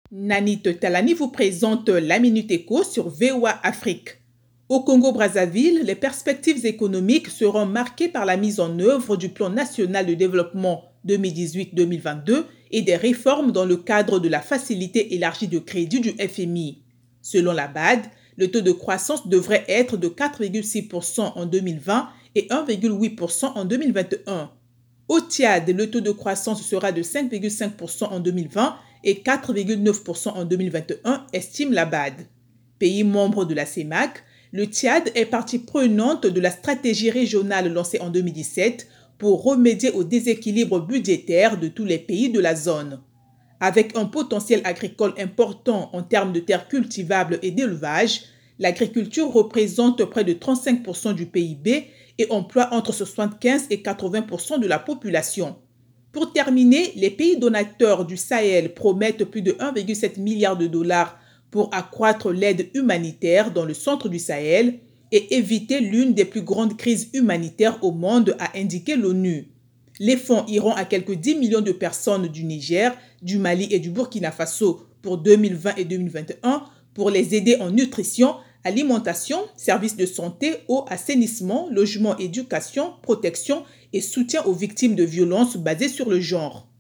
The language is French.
Nanit Talani vous présente la Minute Éco sur VOA Afrique. Au Congo-Brazzaville, les perspectives économiques seront marquées par la mise en œuvre du Plan national de développement 2018-2022 et des réformes dans le cadre de la facilité élargie de crédit du FMI. Selon la BAD, le taux de croissance devrait être de 4,6% en 2020 et 1,8% en 2021. Au Tchad, le taux de croissance sera de 5,5% en 2020 et 4,9% en 2021, estime la BAD. Pays membre de la CEMAC, le Tchad est partie prenante de la stratégie régionale lancée en 2017 pour remédier au déséquilibre budgétaire de tous les pays de la zone. Avec un potentiel agricole important en termes de terres cultivables et d'élevage, l'agriculture représente près de 35% du PIB et emploie entre 75 et 80% de la population. Pour terminer, les pays donateurs du Sahel promettent plus de 1,7 milliard de dollars pour accroître l'aide humanitaire dans le centre du Sahel et éviter l'une des plus grandes crises humanitaires au monde, a indiqué l'ONU. Les fonds iront à quelques 10 millions de personnes du Niger, du Mali et du Burkina Faso pour 2020 et 2021 pour les aider en nutrition, alimentation, services de santé, eau, assainissement, logement, éducation, protection et soutien aux victimes de violences basées sur le genre.